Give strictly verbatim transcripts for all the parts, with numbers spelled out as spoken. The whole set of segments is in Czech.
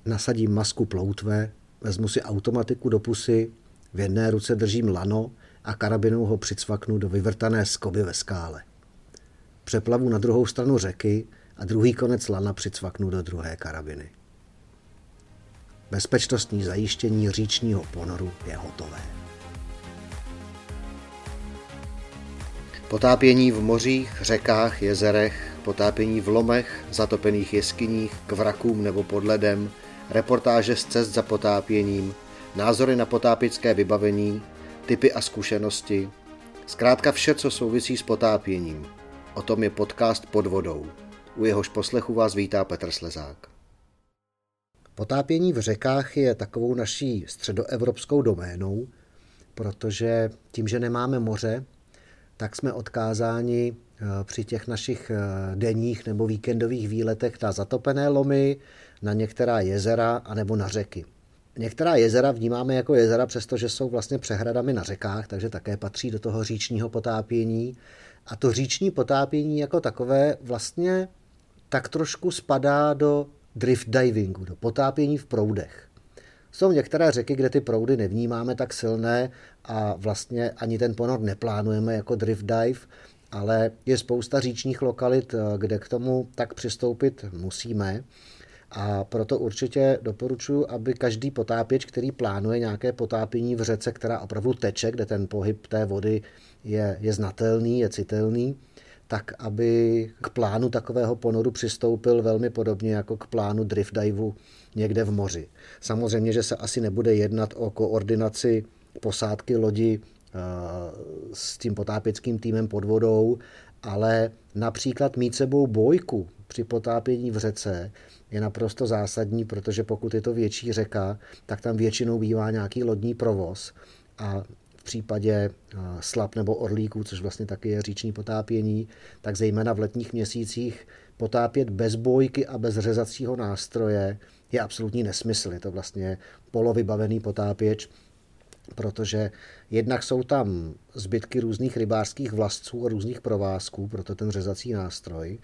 nasadím masku ploutve, vezmu si automatiku do pusy, v jedné ruce držím lano a karabinou ho přicvaknu do vyvrtané skoby ve skále. Přeplavu na druhou stranu řeky a druhý konec lana přicvaknu do druhé karabiny. Bezpečnostní zajištění říčního ponoru je hotové. Potápění v mořích, řekách, jezerech, potápění v lomech, zatopených jeskyních, k vrakům nebo pod ledem, reportáže z cest za potápěním, názory na potápěčské vybavení, tipy a zkušenosti, zkrátka vše, co souvisí s potápěním. O tom je podcast Pod vodou. U jehož poslechu vás vítá Petr Slezák. Potápění v řekách je takovou naší středoevropskou doménou, protože tím, že nemáme moře, tak jsme odkázáni při těch našich denních nebo víkendových výletech na zatopené lomy, na některá jezera anebo na řeky. Některá jezera vnímáme jako jezera, přestože jsou vlastně přehradami na řekách, takže také patří do toho říčního potápění. A to říční potápění jako takové vlastně tak trošku spadá do drift divingu, do potápění v proudech. Jsou některé řeky, kde ty proudy nevnímáme tak silné a vlastně ani ten ponor neplánujeme jako drift dive, ale je spousta říčních lokalit, kde k tomu tak přistoupit musíme. A proto určitě doporučuji, aby každý potápěč, který plánuje nějaké potápění v řece, která opravdu teče, kde ten pohyb té vody je, je znatelný, je citelný, tak aby k plánu takového ponoru přistoupil velmi podobně jako k plánu drift diveu někde v moři. Samozřejmě, že se asi nebude jednat o koordinaci posádky lodi s tím potápěckým týmem pod vodou, ale například mít sebou bójku při potápění v řece je naprosto zásadní, protože pokud je to větší řeka, tak tam většinou bývá nějaký lodní provoz a v případě slap nebo orlíků, což vlastně taky je říční potápění, tak zejména v letních měsících potápět bez bójky a bez řezacího nástroje je absolutní nesmysl. Je to vlastně polovybavený potápěč, protože jednak jsou tam zbytky různých rybářských vlasců a různých provázků, proto ten řezací nástroj.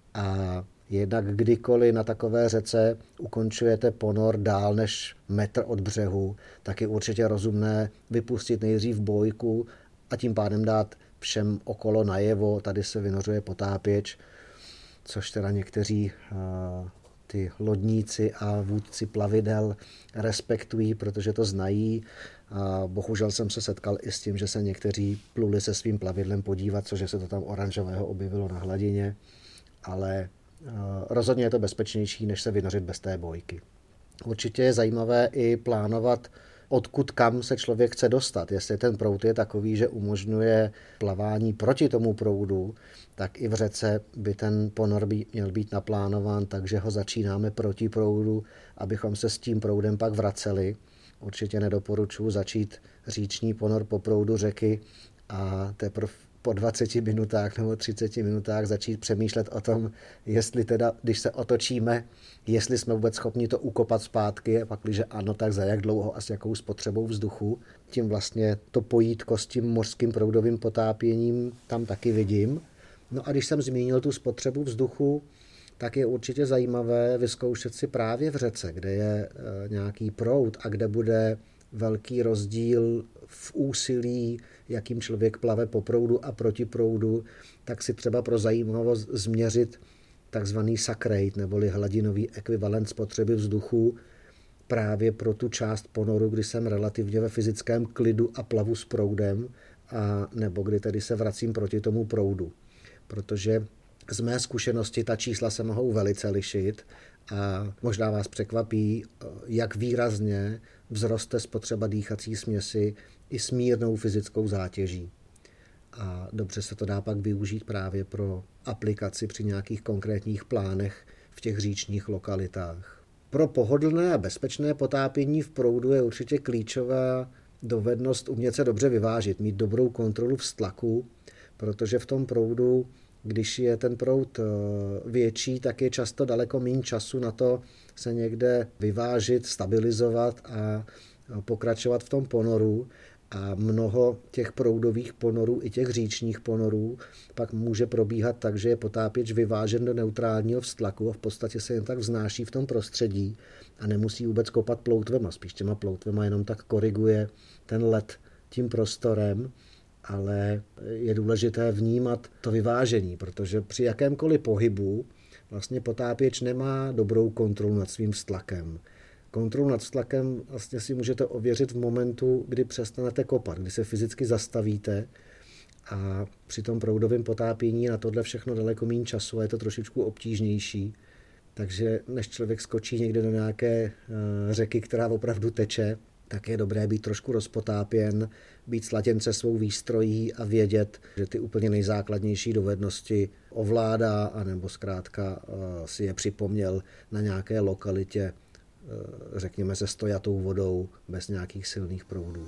A jednak kdykoliv na takové řece ukončujete ponor dál než metr od břehu, tak je určitě rozumné vypustit nejdřív bójku a tím pádem dát všem okolo najevo, tady se vynořuje potápěč, což teda někteří uh, ty lodníci a vůdci plavidel respektují, protože to znají. A bohužel jsem se setkal i s tím, že se někteří pluli se svým plavidlem podívat, cože se to tam oranžového objevilo na hladině, ale rozhodně je to bezpečnější, než se vynořit bez té bójky. Určitě je zajímavé i plánovat, odkud kam se člověk chce dostat. Jestli ten proud je takový, že umožňuje plavání proti tomu proudu, tak i v řece by ten ponor by měl být naplánován, takže ho začínáme proti proudu, abychom se s tím proudem pak vraceli. Určitě nedoporučuji začít říční ponor po proudu řeky a teprve po dvaceti minutách nebo třiceti minutách začít přemýšlet o tom, jestli teda, když se otočíme, jestli jsme vůbec schopni to ukopat zpátky, a pak, když ano, tak za jak dlouho a s jakou spotřebou vzduchu. Tím vlastně to pojítko s tím mořským proudovým potápěním tam taky vidím. No a když jsem zmínil tu spotřebu vzduchu, tak je určitě zajímavé vyzkoušet si právě v řece, kde je nějaký proud a kde bude velký rozdíl v úsilí, jakým člověk plave po proudu a proti proudu, tak si třeba pro zajímavost změřit takzvaný suck rate, neboli hladinový ekvivalent spotřeby vzduchu právě pro tu část ponoru, kdy jsem relativně ve fyzickém klidu a plavu s proudem, a nebo kdy tedy se vracím proti tomu proudu. Protože z mé zkušenosti ta čísla se mohou velice lišit a možná vás překvapí, jak výrazně vzroste spotřeba dýchací směsi i s mírnou fyzickou zátěží. A dobře se to dá pak využít právě pro aplikaci při nějakých konkrétních plánech v těch říčních lokalitách. Pro pohodlné a bezpečné potápění v proudu je určitě klíčová dovednost umět se dobře vyvážit, mít dobrou kontrolu vztlaku, protože v tom proudu, když je ten proud větší, tak je často daleko méně času na to se někde vyvážit, stabilizovat a pokračovat v tom ponoru. A mnoho těch proudových ponorů i těch říčních ponorů pak může probíhat tak, že je potápěč vyvážen do neutrálního vztlaku a v podstatě se jen tak vznáší v tom prostředí a nemusí vůbec kopat ploutvema. Spíš těma ploutvema jenom tak koriguje ten led tím prostorem, ale je důležité vnímat to vyvážení, protože při jakémkoliv pohybu vlastně potápěč nemá dobrou kontrolu nad svým vztlakem. Kontrolu nad vztlakem vlastně si můžete ověřit v momentu, kdy přestanete kopat, kdy se fyzicky zastavíte a při tom proudovém potápění na tohle všechno daleko méně času a je to trošičku obtížnější. Takže než člověk skočí někde do nějaké řeky, která opravdu teče, tak je dobré být trošku rozpotápěn, být sladěn se svou výstrojí a vědět, že ty úplně nejzákladnější dovednosti ovládá, anebo zkrátka si je připomněl na nějaké lokalitě, řekněme se stojatou vodou, bez nějakých silných proudů.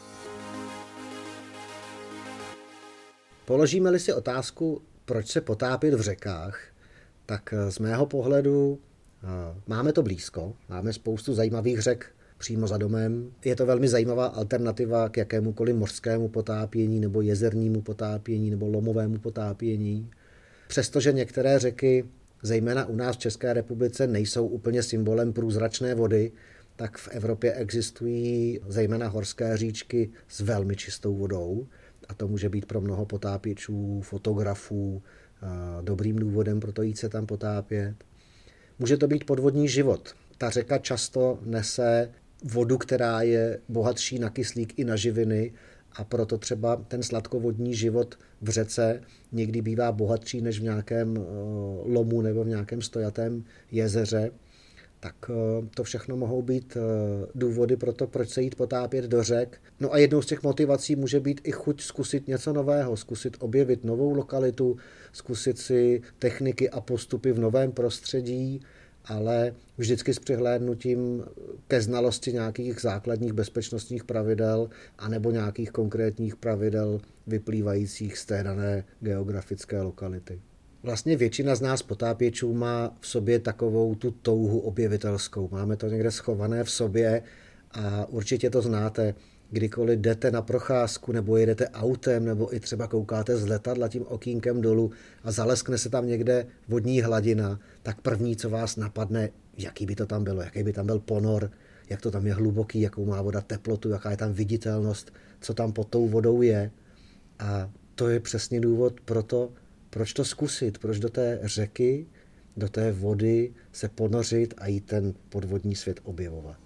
Položíme-li si otázku, proč se potápět v řekách, tak z mého pohledu máme to blízko, máme spoustu zajímavých řek přímo za domem. Je to velmi zajímavá alternativa k jakémukoliv mořskému potápění nebo jezernímu potápění nebo lomovému potápění. Přestože některé řeky, zejména u nás v České republice, nejsou úplně symbolem průzračné vody, tak v Evropě existují zejména horské říčky s velmi čistou vodou a to může být pro mnoho potápěčů, fotografů dobrým důvodem pro to jít se tam potápět. Může to být podvodní život. Ta řeka často nese vodu, která je bohatší na kyslík i na živiny a proto třeba ten sladkovodní život v řece někdy bývá bohatší než v nějakém lomu nebo v nějakém stojatém jezeře. Tak to všechno mohou být důvody pro to, proč se jít potápět do řek. No a jednou z těch motivací může být i chuť zkusit něco nového, zkusit objevit novou lokalitu, zkusit si techniky a postupy v novém prostředí, ale vždycky s přihlédnutím ke znalosti nějakých základních bezpečnostních pravidel anebo nějakých konkrétních pravidel vyplývajících z té dané geografické lokality. Vlastně většina z nás potápěčů má v sobě takovou tu touhu objevitelskou. Máme to někde schované v sobě a určitě to znáte. Kdykoliv jdete na procházku nebo jedete autem nebo i třeba koukáte z letadla tím okýnkem dolů a zaleskne se tam někde vodní hladina, tak první, co vás napadne, jaký by to tam bylo, jaký by tam byl ponor, jak to tam je hluboký, jakou má voda teplotu, jaká je tam viditelnost, co tam pod tou vodou je. A to je přesně důvod pro to, proč to zkusit, proč do té řeky, do té vody se ponořit a jít ten podvodní svět objevovat.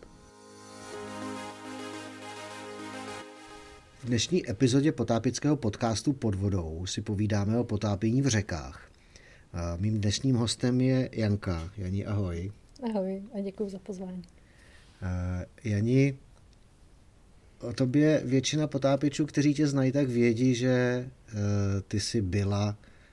V dnešní epizodě potápěckého podcastu Pod vodou si povídáme o potápění v řekách. Mým dnešním hostem je Janka. Jani, ahoj. Ahoj a děkuji za pozvání. Jani, o tobě většina potápěčů, kteří tě znají, tak vědí, že ty jsi byla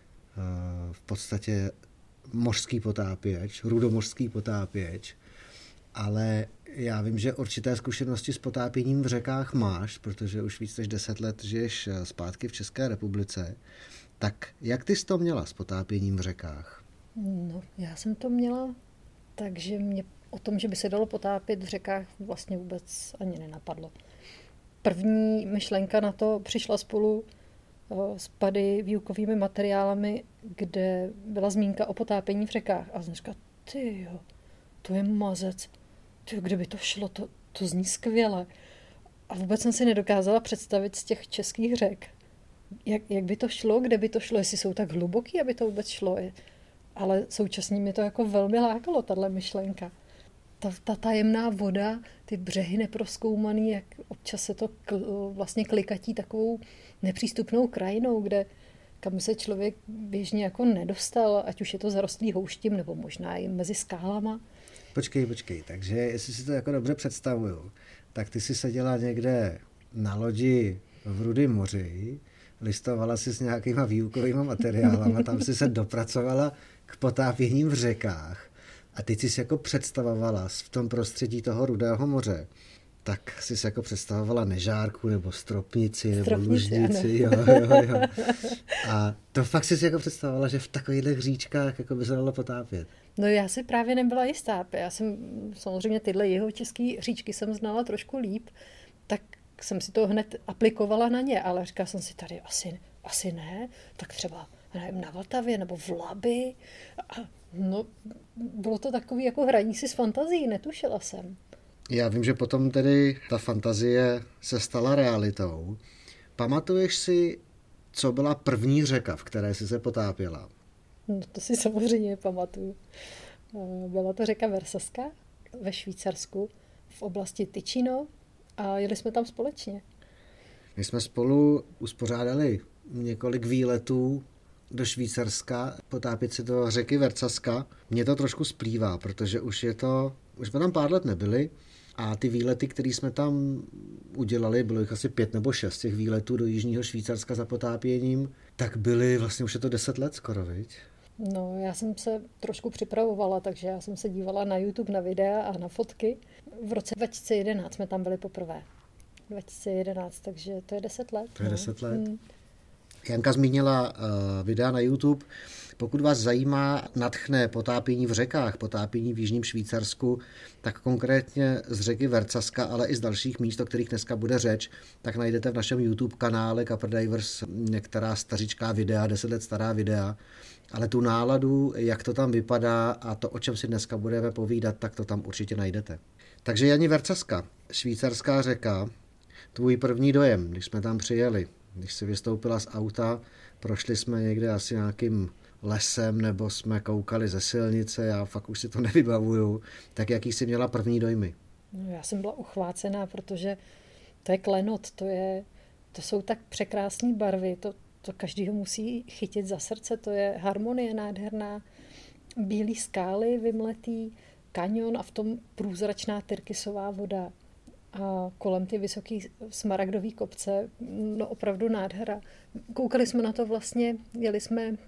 v podstatě mořský potápěč, rudomořský potápěč, ale já vím, že určité zkušenosti s potápěním v řekách máš, protože už víc než deset let žiješ zpátky v České republice. Tak jak ty jsi to měla s potápěním v řekách? No, já jsem to měla tak, že mě o tom, že by se dalo potápět v řekách, vlastně vůbec ani nenapadlo. První myšlenka na to přišla spolu s pady výukovými materiálami, kde byla zmínka o potápění v řekách. A jsem říkala, tyjo, to je mazec. Tyjo, kdyby to šlo, to, to zní skvěle. A vůbec jsem si nedokázala představit z těch českých řek, jak, jak by to šlo, kde by to šlo, jestli jsou tak hluboký, aby to vůbec šlo. Ale současně mi to jako velmi lákalo, tahle myšlenka. Ta, ta tajemná voda, ty břehy neprozkoumaný, jak občas se to kl, vlastně klikatí takovou nepřístupnou krajinou, kde kam se člověk běžně jako nedostal, ať už je to zarostlý houštím, nebo možná i mezi skálama. Počkej, počkej, takže jestli si to jako dobře představuju, tak ty si seděla někde na lodi v Rudém moři, listovala si s nějakýma výukovýma materiálama, tam si se dopracovala k potápěním v řekách a ty jsi si jako představovala v tom prostředí toho Rudého moře, tak jsi si jako představovala nežárku nebo stropnici, stropnici nebo lužnici. Jo, jo, jo. A to fakt jsi si jako představovala, že v takových říčkách jako by se dalo potápět. No já si právě nebyla jistá. Já jsem samozřejmě tyhle jihočeský říčky jsem znala trošku líp, tak jsem si to hned aplikovala na ně, ale říkala jsem si tady asi, asi ne, tak třeba nevím, na Vltavě nebo v Labi. A no, bylo to takový jako hraní si s fantazií, netušila jsem. Já vím, že potom tedy ta fantazie se stala realitou. Pamatuješ si, co byla první řeka, v které jsi se potápěla? No, to si samozřejmě pamatuju. Byla to řeka Versaska ve Švýcarsku v oblasti Ticino a jeli jsme tam společně. My jsme spolu uspořádali několik výletů do Švýcarska, potápět se do řeky Versaska. Mně to trošku splývá, protože už je to, už jsme tam pár let nebyli a ty výlety, které jsme tam udělali, bylo jich asi pět nebo šest těch výletů do jižního Švýcarska za potápěním, tak byly vlastně už je to deset let skoro, viď? No, já jsem se trošku připravovala, takže já jsem se dívala na YouTube na videa a na fotky. V roce dva tisíce jedenáct jsme tam byli poprvé. dva tisíce jedenáct, takže to je deset let. To je no. deset let. Hmm. Janka zmínila uh, videa na YouTube. Pokud vás zajímá, nadchne potápění v řekách, potápění v jižním Švýcarsku, tak konkrétně z řeky Versaska, ale i z dalších míst, o kterých dneska bude řeč, tak najdete v našem YouTube kanále Capper Divers některá stařičká videa, deset let stará videa, ale tu náladu, jak to tam vypadá a to, o čem si dneska budeme povídat, tak to tam určitě najdete. Takže Jani, Versaska, švýcarská řeka, tvůj první dojem, když jsme tam přijeli, když jsi vystoupila z auta, prošli jsme někde asi nějakým lesem, nebo jsme koukali ze silnice, já fakt už si to nevybavuju, tak jaký jsi měla první dojmy? No, já jsem byla uchvácená, protože to je klenot, to, je, to jsou tak překrásné barvy, to, to každýho musí chytit za srdce, to je harmonie nádherná, bílý skály vymletý, kanion a v tom průzračná tyrkysová voda. A kolem ty vysoký smaragdový kopce, no opravdu nádhera. Koukali jsme na to vlastně, jeli jsme uh,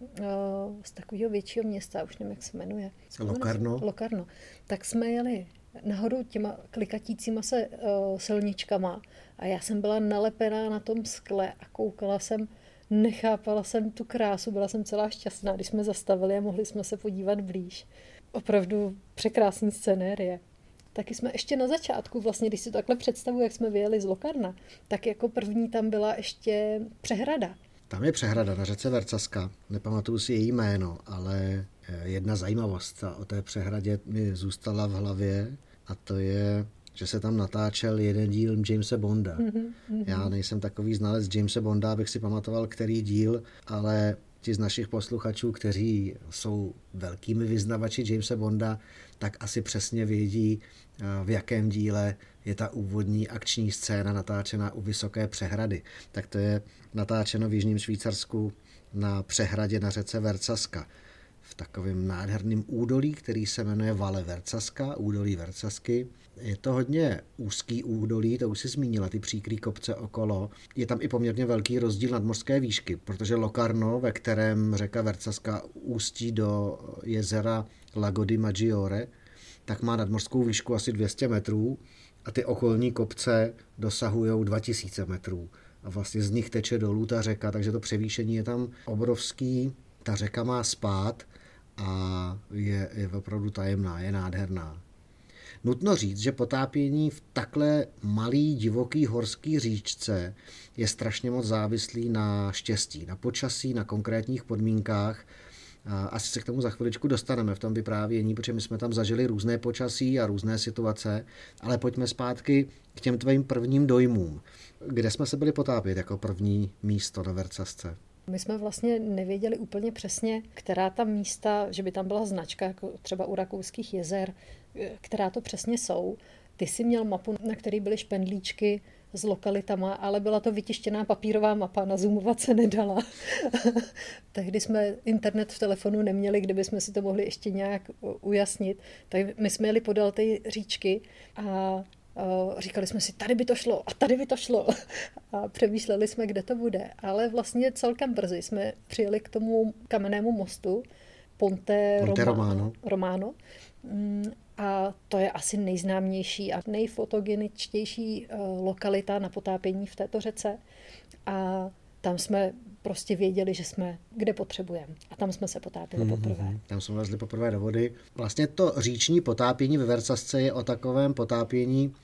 z takového většího města, už nevím, jak se jmenuje. Locarno. Locarno. Tak jsme jeli nahoru těma klikatícíma se uh, silničkama a já jsem byla nalepená na tom skle a koukala jsem, nechápala jsem tu krásu, byla jsem celá šťastná, když jsme zastavili a mohli jsme se podívat blíž. Opravdu překrásný scenérie. Taky jsme ještě na začátku, vlastně, když si to takhle představuji, jak jsme vyjeli z Locarna, tak jako první tam byla ještě přehrada. Tam je přehrada na řece Versaska, nepamatuju si její jméno, ale jedna zajímavost o té přehradě mi zůstala v hlavě a to je, že se tam natáčel jeden díl Jamese Bonda. Mm-hmm. Já nejsem takový znalec Jamese Bonda, abych si pamatoval, který díl, ale ti z našich posluchačů, kteří jsou velkými vyznavači Jamese Bonda, tak asi přesně vědí, v jakém díle je ta úvodní akční scéna natáčena u vysoké přehrady. Tak to je natáčeno v jižním Švýcarsku na přehradě na řece Versaska. V takovém nádherném údolí, který se jmenuje Vale Versaska, údolí Versasky. Je to hodně úzký údolí, to už si zmínila, ty příkrý kopce okolo. Je tam i poměrně velký rozdíl nadmořské výšky, protože Locarno, ve kterém řeka Versaska ústí do jezera Lago di Maggiore, tak má nadmořskou výšku asi dvě stě metrů a ty okolní kopce dosahují dva tisíce metrů. A vlastně z nich teče dolů ta řeka, takže to převýšení je tam obrovský. Ta řeka má spád a je, je opravdu tajemná, je nádherná. Nutno říct, že potápění v takhle malý, divoký horský říčce je strašně moc závislý na štěstí, na počasí, na konkrétních podmínkách. Asi se k tomu za chviličku dostaneme v tom vyprávění, protože my jsme tam zažili různé počasí a různé situace, ale pojďme zpátky k těm tvým prvním dojmům. Kde jsme se byli potápět jako první místo na Versasce? My jsme vlastně nevěděli úplně přesně, která ta místa, že by tam byla značka, jako třeba u Rakouských jezer, která to přesně jsou. Ty jsi měl mapu, na které byly špendlíčky s lokalitama, ale byla to vytištěná papírová mapa, nazumovat se nedala. Tehdy jsme internet v telefonu neměli, kde bychom si to mohli ještě nějak ujasnit. Tak my jsme jeli podél té říčky a říkali jsme si, tady by to šlo a tady by to šlo. A přemýšleli jsme, kde to bude. Ale vlastně celkem brzy jsme přijeli k tomu kamennému mostu Ponte, Ponte Romano. Romano. Romano. A to je asi nejznámější a nejfotogeničtější lokalita na potápění v této řece. A tam jsme prostě věděli, že jsme kde potřebujeme. A tam jsme se potápěli mm-hmm. poprvé. Tam jsme vlezli poprvé do vody. Vlastně to říční potápění ve Versasce je o takovém potápění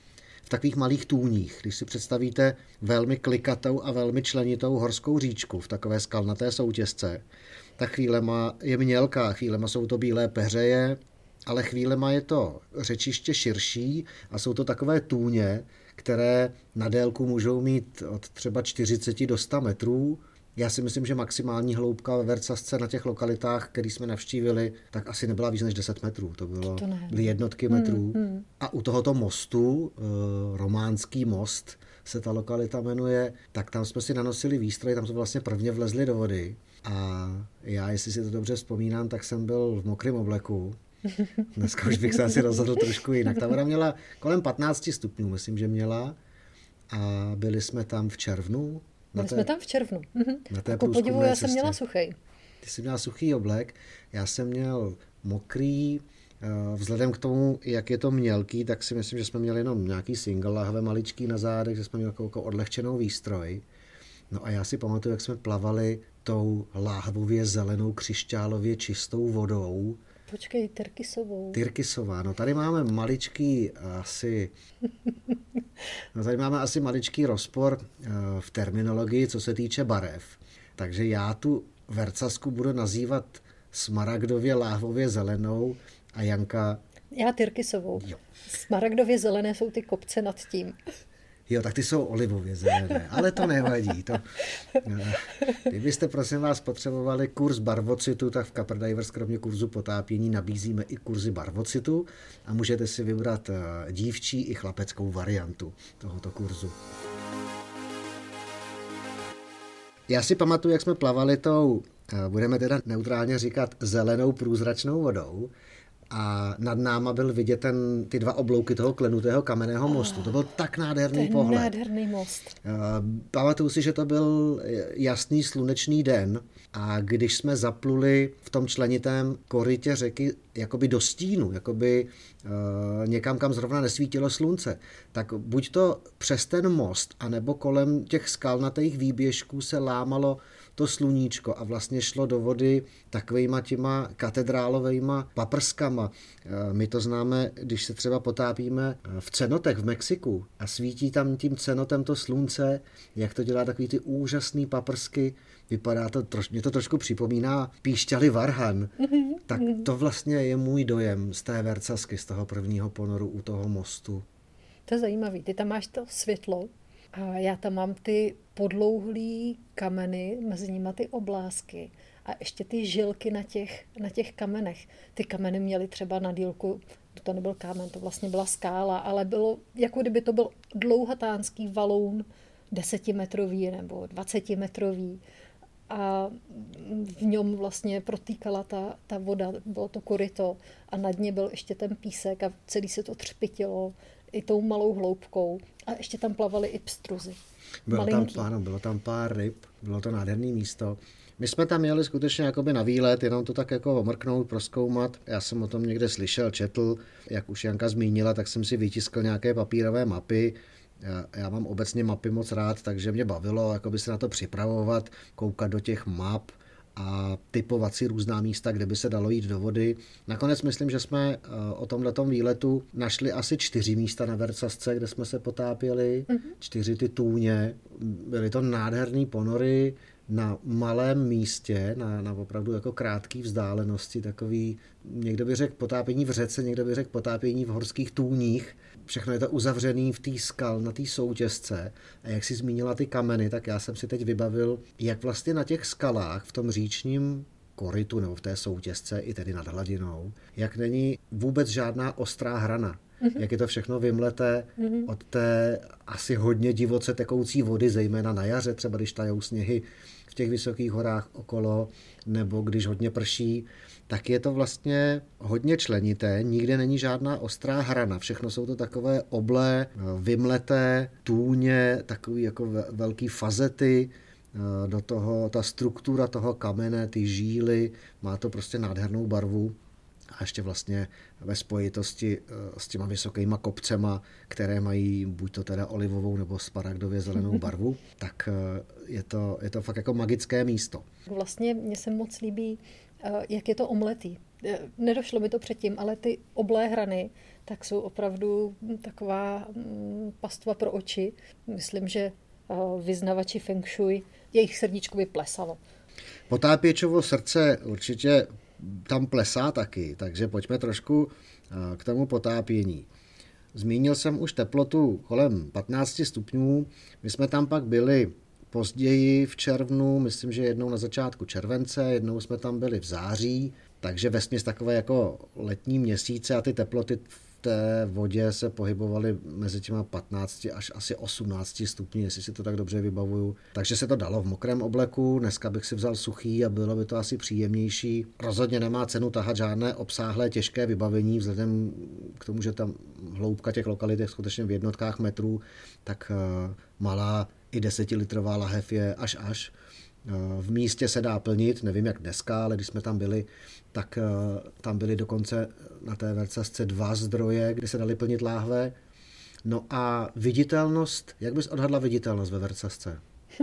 v takových malých tůních. Když si představíte velmi klikatou a velmi členitou horskou říčku v takové skalnaté soutěsce, tak chvílema je mělká, chvílema jsou to bílé peřeje, ale chvílema je to řečiště širší a jsou to takové tůně, které na délku můžou mít od třeba čtyřicet do sta metrů. Já si myslím, že maximální hloubka ve Vercasce na těch lokalitách, které jsme navštívili, tak asi nebyla víc než deset metrů. To bylo to ne. byly jednotky metrů. Hmm, hmm. A u tohoto mostu, Románský most se ta lokalita jmenuje, tak tam jsme si nanosili výstroj, tam jsme vlastně prvně vlezli do vody. A já, jestli si to dobře vzpomínám, tak jsem byl v mokrém obleku. Dneska už bych se asi rozhodl trošku jinak. Ta voda měla kolem patnáct stupňů, myslím, že měla. A byli jsme tam v červnu. Byli té, jsme tam v červnu. Na té jako podivu, já jsem měla suchý. Ty jsi měla suchý oblek, já jsem měl mokrý. Vzhledem k tomu, jak je to mělký, tak si myslím, že jsme měli jenom nějaký single lahve maličký na zádech, že jsme měli jako odlehčenou výstroj. No a já si pamatuju, jak jsme plavali tou láhvově zelenou křišťálově čistou vodou. Počkej, Tyrkisovou. Tyrkisová, no tady máme maličký asi, no tady máme asi maličký rozpor v terminologii, co se týče barev. Takže já tu Vercasku budu nazývat smaragdově láhvově zelenou a Janka... Já Tyrkisovou. Jo. Smaragdově zelené jsou ty kopce nad tím. Jo, tak ty jsou olivově zelené, ale to nevadí. To, kdybyste, prosím vás, potřebovali kurz barvocitu, tak v Capper Divers kromě kurzu potápění nabízíme i kurzy barvocitu a můžete si vybrat dívčí i chlapeckou variantu tohoto kurzu. Já si pamatuju, jak jsme plavali tou, budeme teda neutrálně říkat, zelenou průzračnou vodou, a nad náma byl vidět ten, ty dva oblouky toho klenutého kamenného mostu. To byl tak nádherný ten pohled. nádherný most. Pamatuju si, že to byl jasný slunečný den a když jsme zapluli v tom členitém korytě řeky jakoby do stínu, jakoby uh, někam, kam zrovna nesvítilo slunce, tak buď to přes ten most, anebo kolem těch skalnatých výběžků se lámalo to sluníčko a vlastně šlo do vody takovejma těma katedrálovejma paprskama. My to známe, když se třeba potápíme v cenotech v Mexiku a svítí tam tím cenotem to slunce, jak to dělá takový ty úžasný paprsky, vypadá to, troš, mě to trošku připomíná píšťaly varhan. Tak to vlastně je můj dojem z té Vercasky, z toho prvního ponoru u toho mostu. To je zajímavý, ty tam máš to světlo a já tam mám ty podlouhlý kameny, mezi nimi ty oblásky a ještě ty žilky na těch, na těch kamenech. Ty kameny měly třeba na dílku, to nebyl kámen, to vlastně byla skála, ale bylo, jako kdyby to byl dlouhatánský valoun, desetimetrový nebo dvacetimetrový. A v něm vlastně protýkala ta, ta voda, bylo to koryto a na dně byl ještě ten písek a celý se to třpitilo i tou malou hloubkou a ještě tam plavaly i pstruzy. Bylo tam, ano, bylo tam pár ryb, bylo to nádherné místo. My jsme tam jeli skutečně jakoby na výlet, jenom to tak jako omrknout, prozkoumat. Já jsem o tom někde slyšel, četl, jak už Janka zmínila, tak jsem si vytiskl nějaké papírové mapy. Já, já mám obecně mapy moc rád, takže mě bavilo jakoby se na to připravovat, koukat do těch map a typovat si různá místa, kde by se dalo jít do vody. Nakonec myslím, že jsme o tomhletom výletu našli asi čtyři místa na Vercasce, kde jsme se potápěli, mm-hmm. čtyři ty tůně. Byly to nádherný ponory na malém místě, na, na opravdu jako krátké vzdálenosti, takový, někdo by řekl potápění v řece, někdo by řekl potápění v horských tůních. Všechno je to uzavřený v té skal, na té soutěsce. A jak jsi zmínila ty kameny, tak já jsem si teď vybavil, jak vlastně na těch skalách v tom říčním korytu nebo v té soutěsce, i tedy nad hladinou, jak není vůbec žádná ostrá hrana. Mm-hmm. Jak je to všechno vymleté mm-hmm. od té asi hodně divoce tekoucí vody, zejména na jaře, třeba když tajou sněhy v těch vysokých horách okolo, nebo když hodně prší, tak je to vlastně hodně členité, nikde není žádná ostrá hrana, všechno jsou to takové oblé, vymleté tůně, takový jako velký fazety, do toho, ta struktura toho kamene, ty žíly, má to prostě nádhernou barvu. A ještě vlastně ve spojitosti s těma vysokýma kopcema, které mají buď to teda olivovou nebo smaragdově zelenou barvu, tak je to, je to fakt jako magické místo. Vlastně mně se moc líbí jak je to omletý. Nedošlo mi to předtím, ale ty oblé hrany tak jsou opravdu taková pastva pro oči. Myslím, že vyznavači feng shui, jejich srdíčko by plesalo. Potápěčovo srdce určitě tam plesá taky, takže pojďme trošku k tomu potápění. Zmínil jsem už teplotu kolem patnáct stupňů, my jsme tam pak byli později v červnu, myslím, že jednou na začátku července, jednou jsme tam byli v září, takže vesměs takové jako letní měsíce a ty teploty v té vodě se pohybovaly mezi těma patnácti až asi osmnácti stupni, jestli si to tak dobře vybavuju. Takže se to dalo v mokrém obleku, dneska bych si vzal suchý a bylo by to asi příjemnější. Rozhodně nemá cenu tahat žádné obsáhlé těžké vybavení, vzhledem k tomu, že tam hloubka těch lokalit je skutečně v jednotkách metrů, tak malá i desetilitrová lahev je až až. V místě se dá plnit, nevím jak dneska, ale když jsme tam byli, tak tam byly dokonce na té Vercasce dva zdroje, kde se daly plnit láhve. No a viditelnost, jak bys odhadla viditelnost ve Vercasce?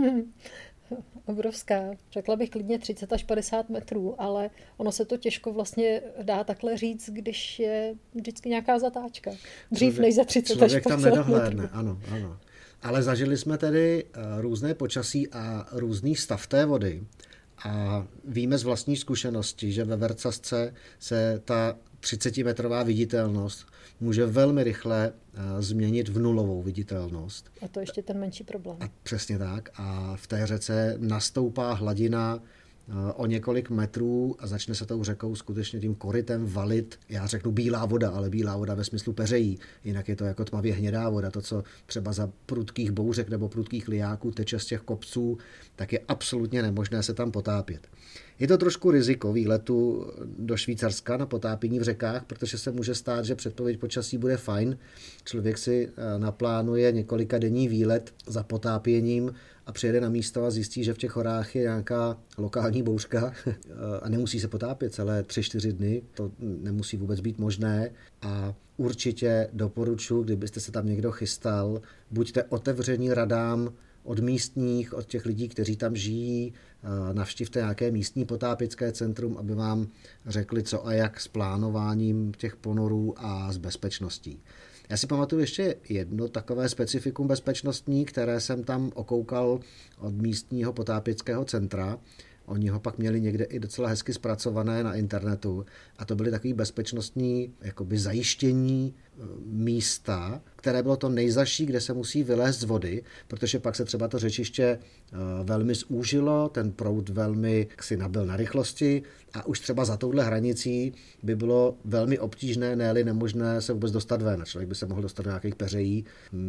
Obrovská. Řekla bych klidně třicet až padesát metrů, ale ono se to těžko vlastně dá takhle říct, když je vždycky nějaká zatáčka. Dřív než za třicet až padesát metrů. Člověk tam nedohlédne, ano, ano. Ale zažili jsme tedy různé počasí a různý stav té vody a víme z vlastní zkušenosti, že ve Vercasce se ta třicetimetrová viditelnost může velmi rychle změnit v nulovou viditelnost. A to ještě ten menší problém. A přesně tak. A v té řece nastoupá hladina o několik metrů a začne se tou řekou skutečně tím korytem valit. Já řeknu bílá voda, ale bílá voda ve smyslu peřejí. Jinak je to jako tmavě hnědá voda. To, co třeba za prudkých bouřek nebo prudkých lijáků teče z těch kopců, tak je absolutně nemožné se tam potápět. Je to trošku riziko výletu do Švýcarska na potápění v řekách, protože se může stát, že předpověď počasí bude fajn. Člověk si naplánuje několika denní výlet za potápěním a přijede na místo a zjistí, že v těch horách je nějaká lokální bouřka a nemusí se potápět celé tři čtyři dny. To nemusí vůbec být možné a určitě doporučuji, kdybyste se tam někdo chystal, buďte otevření radám od místních, od těch lidí, kteří tam žijí, navštivte nějaké místní potápěcké centrum, aby vám řekli co a jak s plánováním těch ponorů a s bezpečností. Já si pamatuju ještě jedno takové specifikum bezpečnostní, které jsem tam okoukal od místního potápěckého centra. Oni ho pak měli někde i docela hezky zpracované na internetu a to byly takové bezpečnostní jakoby zajištění místa, které bylo to nejzazší, kde se musí vylézt z vody, protože pak se třeba to řečiště velmi zúžilo, ten proud velmi si nabyl na rychlosti a už třeba za touhle hranicí by bylo velmi obtížné, ne-li nemožné se vůbec dostat ven. Člověk by se mohl dostat do nějakých peřejí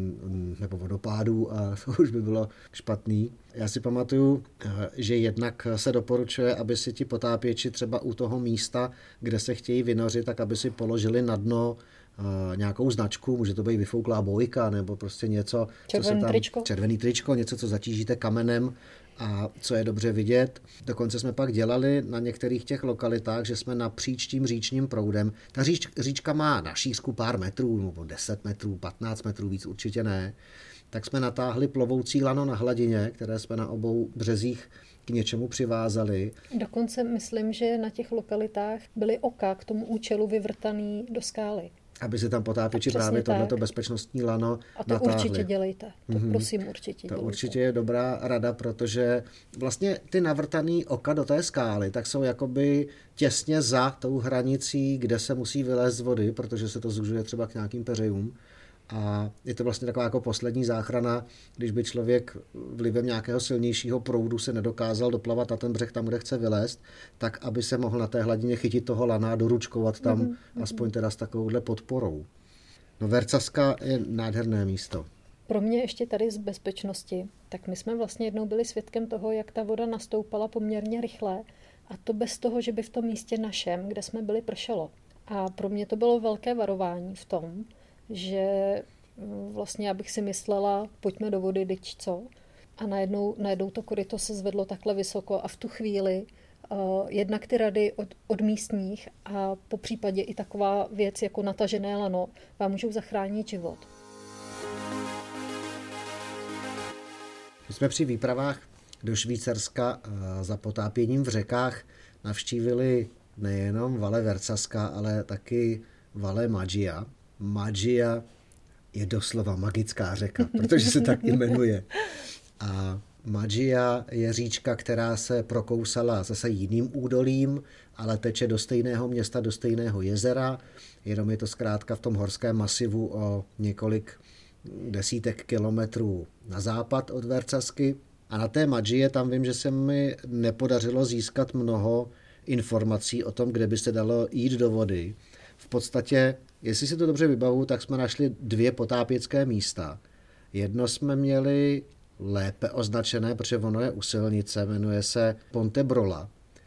nebo vodopádů a to už by bylo špatný. Já si pamatuju, že jednak se doporučuje, aby si ti potápěči třeba u toho místa, kde se chtějí vynořit, tak aby si položili na dno nějakou značku, může to být vyfouklá bojka nebo prostě něco, červený co se tam, tričko. červený tričko, něco, co zatížíte kamenem a co je dobře vidět. Dokonce jsme pak dělali na některých těch lokalitách, že jsme napříč tím říčním proudem. Ta říč, říčka má na šířku pár metrů, nebo deset metrů, patnáct metrů, víc určitě ne. Tak jsme natáhli plovoucí lano na hladině, které jsme na obou březích k něčemu přivázali. Dokonce myslím, že na těch lokalitách byly oka k tomu účelu vyvrtaný do skály. Aby si tam potápěči právě tohleto bezpečnostní lano A to natáhli. určitě dělejte. To mm-hmm. prosím určitě To dělejte. určitě je dobrá rada, protože vlastně ty navrtaný oka do té skály tak jsou jakoby těsně za tou hranicí, kde se musí vylézt z vody, protože se to zužuje třeba k nějakým peřejům. A je to vlastně taková jako poslední záchrana, když by člověk vlivem nějakého silnějšího proudu se nedokázal doplavat na ten břeh tam, kde chce vylézt, tak aby se mohl na té hladině chytit toho lana a doručkovat tam mm-hmm. aspoň teda s takovouhle podporou. No Vercaska je nádherné místo. Pro mě ještě tady z bezpečnosti, tak my jsme vlastně jednou byli svědkem toho, jak ta voda nastoupala poměrně rychle a to bez toho, že by v tom místě našem, kde jsme byli, pršelo. A pro mě to bylo velké varování v tom, že vlastně já bych si myslela, pojďme do vody, dyč co. A najednou, najednou to koryto se zvedlo takhle vysoko a v tu chvíli uh, jednak ty rady od, od místních a po případě i taková věc jako natažené lano vám můžou zachránit život. My jsme při výpravách do Švýcarska za potápěním v řekách navštívili nejenom Valle Vercasca, ale taky Valle Maggia. Maggia je doslova magická řeka, protože se tak jmenuje. A Maggia je říčka, která se prokousala zase jiným údolím, ale teče do stejného města, do stejného jezera, jenom je to zkrátka v tom horském masivu o několik desítek kilometrů na západ od Vercasky. A na té Maggie tam vím, že se mi nepodařilo získat mnoho informací o tom, kde by se dalo jít do vody. V podstatě, jestli si to dobře vybavu, tak jsme našli dvě potápěcké místa. Jedno jsme měli lépe označené, protože ono je u silnice, jmenuje se Ponte Brola.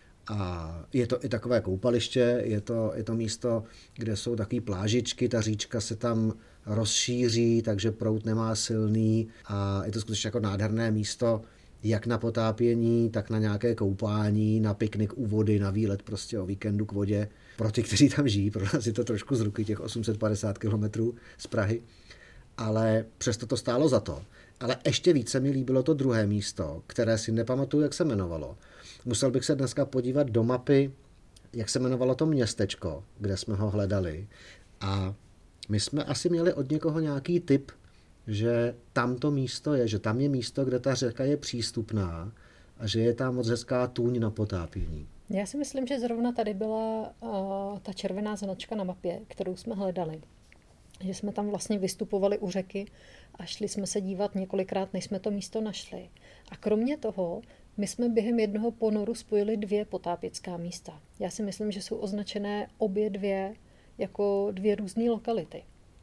A je to i takové koupaliště, je to, je to místo, kde jsou takové plážičky, ta říčka se tam rozšíří, takže proud nemá silný a je to skutečně jako nádherné místo, jak na potápění, tak na nějaké koupání, na piknik u vody, na výlet prostě o víkendu k vodě. Pro ty, kteří tam žijí, pro nás je to trošku z ruky, těch osm set padesát kilometrů z Prahy, ale přesto to stálo za to. Ale ještě více mi líbilo to druhé místo, které si nepamatuju, jak se jmenovalo. Musel bych se dneska podívat do mapy, jak se jmenovalo to městečko, kde jsme ho hledali. A my jsme asi měli od někoho nějaký tip, že tam to místo je, že tam je místo, kde ta řeka je přístupná a že je tam moc hezká tůň na potápění. Já si myslím, že zrovna tady byla uh, ta červená značka na mapě, kterou jsme hledali. Že jsme tam vlastně vystupovali u řeky a šli jsme se dívat několikrát, než jsme to místo našli. A kromě toho, my jsme během jednoho ponoru spojili dvě potápěcká místa. Já si myslím, že jsou označené obě dvě jako dvě různé lokality.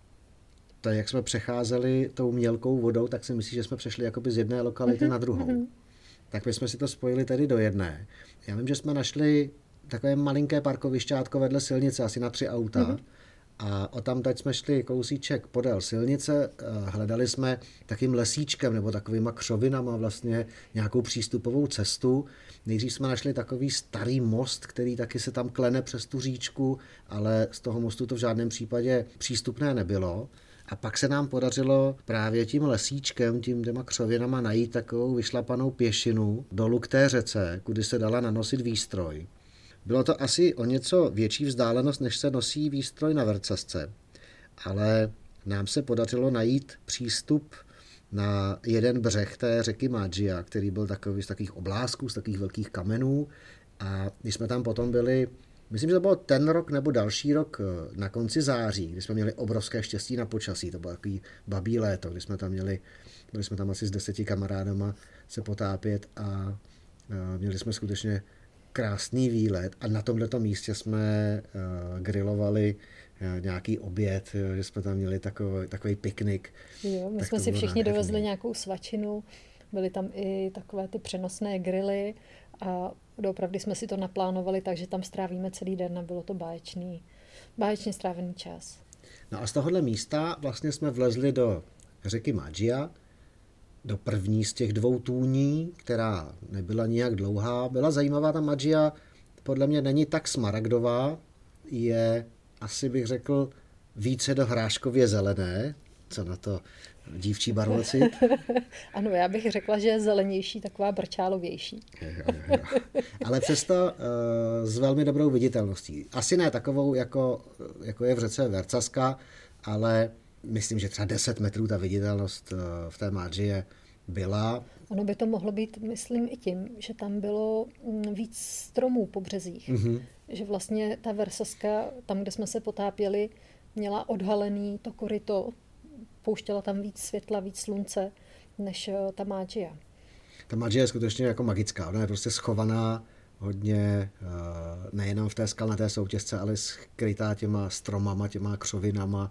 Tak jak jsme přecházeli tou mělkou vodou, tak si myslím, že jsme přešli jakoby z jedné lokality mm-hmm. na druhou. Mm-hmm. Tak my jsme si to spojili tedy do jedné. Já vím, že jsme našli takové malinké parkovišťátko vedle silnice, asi na tři auta. Mm-hmm. A odtamtud jsme šli kousíček podél silnice, hledali jsme takým lesíčkem nebo takovýma křovinama vlastně nějakou přístupovou cestu. Nejdřív jsme našli takový starý most, který taky se tam klene přes tu říčku, ale z toho mostu to v žádném případě přístupné nebylo. A pak se nám podařilo právě tím lesíčkem, tím těma křovinama najít takovou vyšlapanou pěšinu dolů k té řece, kudy se dala nanosit výstroj. Bylo to asi o něco větší vzdálenost, než se nosí výstroj na Vercasce, ale nám se podařilo najít přístup na jeden břeh té řeky Maggia, který byl takový z takových oblásků, z takových velkých kamenů. A když jsme tam potom byli, myslím, že to bylo ten rok nebo další rok na konci září, kdy jsme měli obrovské štěstí na počasí, to bylo takový babí léto, kdy jsme tam měli, byli jsme tam asi s deseti kamarádama se potápět a měli jsme skutečně krásný výlet a na tomhleto místě jsme uh, grilovali uh, nějaký oběd, uh, že jsme tam měli takový, takový piknik. Jo, my tak jsme si všichni nádherný. Dovezli nějakou svačinu, byly tam i takové ty přenosné grily a opravdu jsme si to naplánovali, takže tam strávíme celý den a bylo to báječný, báječně strávený čas. No a z tohohle místa vlastně jsme vlezli do řeky Maggia, do první z těch dvou tůní, která nebyla nijak dlouhá. Byla zajímavá ta Maggia, podle mě není tak smaragdová, je, asi bych řekl, více do hráškově zelené. Co na to dívčí barvocit? Ano, já bych řekla, že je zelenější, taková brčálovější. Jo, jo, jo. Ale přesto uh, s velmi dobrou viditelností. Asi ne takovou, jako, jako je v řece Vercasca, ale myslím, že třeba deset metrů ta viditelnost v té Maggie byla. Ono by to mohlo být, myslím, i tím, že tam bylo víc stromů po březích. Mm-hmm. Že vlastně ta Vercasca, tam, kde jsme se potápěli, měla odhalený to koryto, pouštěla tam víc světla, víc slunce, než ta Maggia. Ta Maggia je skutečně jako magická. Ona je prostě schovaná hodně, nejenom v té skalnaté soutěžce, ale skrytá těma stromama, těma křovinama,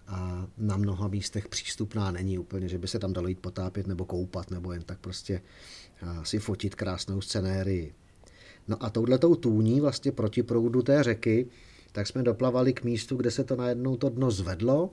a na mnoha místech přístupná není úplně, že by se tam dalo jít potápět nebo koupat, nebo jen tak prostě si fotit krásnou scenérii. No a touhletou tůní vlastně proti proudu té řeky, tak jsme doplavali k místu, kde se to najednou to dno zvedlo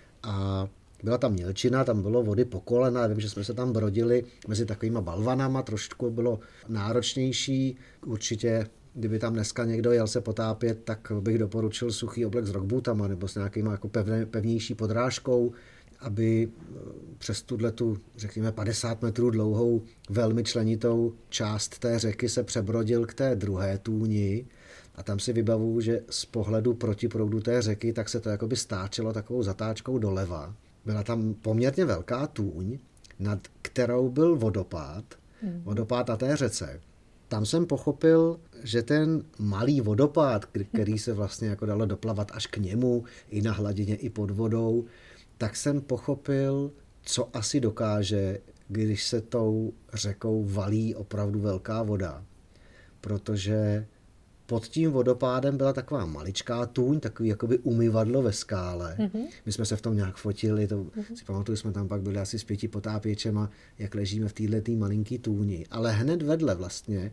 a byla tam mělčina, tam bylo vody po kolena, vím, že jsme se tam brodili mezi takovýma balvanama, trošku bylo náročnější, určitě kdyby tam dneska někdo jel se potápět, tak bych doporučil suchý oblek s rockbootama nebo s nějakýma jako pevné, pevnější podrážkou aby přes tuhletu, řekněme, padesát metrů dlouhou, velmi členitou část té řeky se přebrodil k té druhé tůni. A tam si vybavuju, že z pohledu protiproudu té řeky, tak se to jakoby stáčelo takovou zatáčkou doleva. Byla tam poměrně velká tůň, nad kterou byl vodopád, mm. vodopád na té řece. Tam jsem pochopil, že ten malý vodopád, který se vlastně jako dalo doplavat až k němu, i na hladině, i pod vodou, tak jsem pochopil, co asi dokáže, když se tou řekou valí opravdu velká voda. Protože pod tím vodopádem byla taková maličká tůň, takový jakoby umyvadlo ve skále. Mm-hmm. My jsme se v tom nějak fotili, to mm-hmm. si pamatuju, jsme tam pak byli asi s pěti potápěčema, jak ležíme v této malinký tůni. Ale hned vedle vlastně,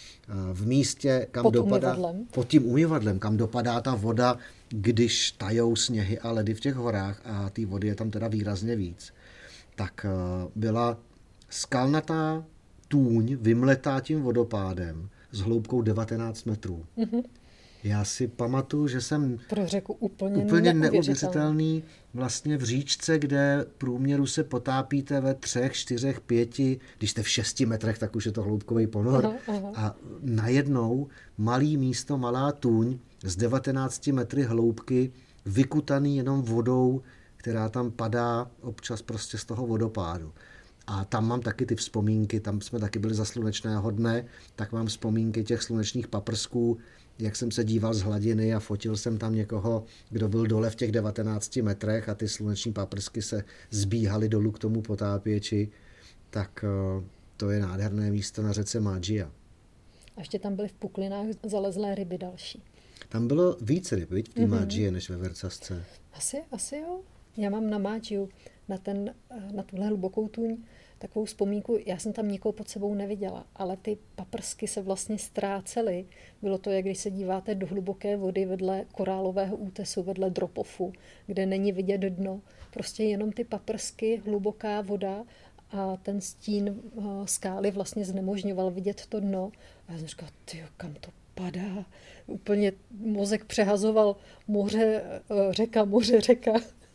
v místě, kam pod dopadá, umyvadlem. pod tím umyvadlem, kam dopadá ta voda, když tajou sněhy a ledy v těch horách, a té vody je tam teda výrazně víc, tak byla skalnatá tůň vymletá tím vodopádem s hloubkou devatenáct metrů. Mm-hmm. Já si pamatuju, že jsem pro řeku úplně, úplně neuvěřitelný vlastně v říčce, kde průměru se potápíte ve třech, čtyřech, pěti, když jste v šesti metrech, tak už je to hloubkový ponor. Aha, aha. A najednou malý místo, malá tůň z devatenácti metry hloubky, vykutaný jenom vodou, která tam padá občas prostě z toho vodopádu. A tam mám taky ty vzpomínky, tam jsme taky byli za slunečného dne, tak mám vzpomínky těch slunečních paprsků, jak jsem se díval z hladiny a fotil jsem tam někoho, kdo byl dole v těch devatenácti metrech a ty sluneční paprsky se zbíhaly dolů k tomu potápěči, tak to je nádherné místo na řece Maggia. A ještě tam byly v puklinách zalezlé ryby další. Tam bylo víc ryb, viď, v té mm-hmm. Maggie než ve Versasce. Asi, asi jo. Já mám na Maggiu, na, ten, na tuhle hlubokou tůň, takovou vzpomínku, já jsem tam nikoho pod sebou neviděla, ale ty paprsky se vlastně ztrácely. Bylo to, jak když se díváte do hluboké vody vedle korálového útesu, vedle dropofu, kde není vidět dno. Prostě jenom ty paprsky, hluboká voda a ten stín skály vlastně znemožňoval vidět to dno. A já jsem říkala, tyjo, kam to padá? Úplně mozek přehazoval moře, řeka, moře, řeka.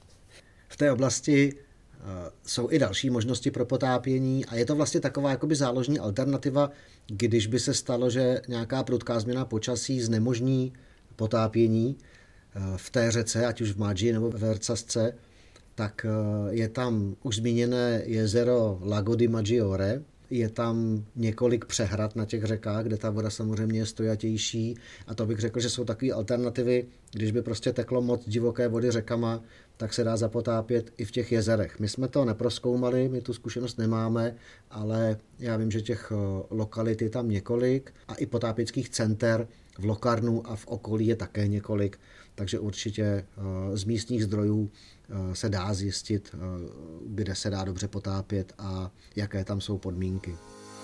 V té oblasti jsou i další možnosti pro potápění a je to vlastně taková jakoby záložní alternativa, když by se stalo, že nějaká prudká změna počasí znemožní potápění v té řece, ať už v Maggii nebo v Versasce, tak je tam už zmíněné jezero Lago di Maggiore, je tam několik přehrad na těch řekách, kde ta voda samozřejmě je stojatější a to bych řekl, že jsou takové alternativy, když by prostě teklo moc divoké vody řekama, tak se dá zapotápět i v těch jezerech. My jsme to neprozkoumali, my tu zkušenost nemáme, ale já vím, že těch lokalit je tam několik a i potápěckých center v Locarnu a v okolí je také několik, takže určitě z místních zdrojů se dá zjistit, kde se dá dobře potápět a jaké tam jsou podmínky.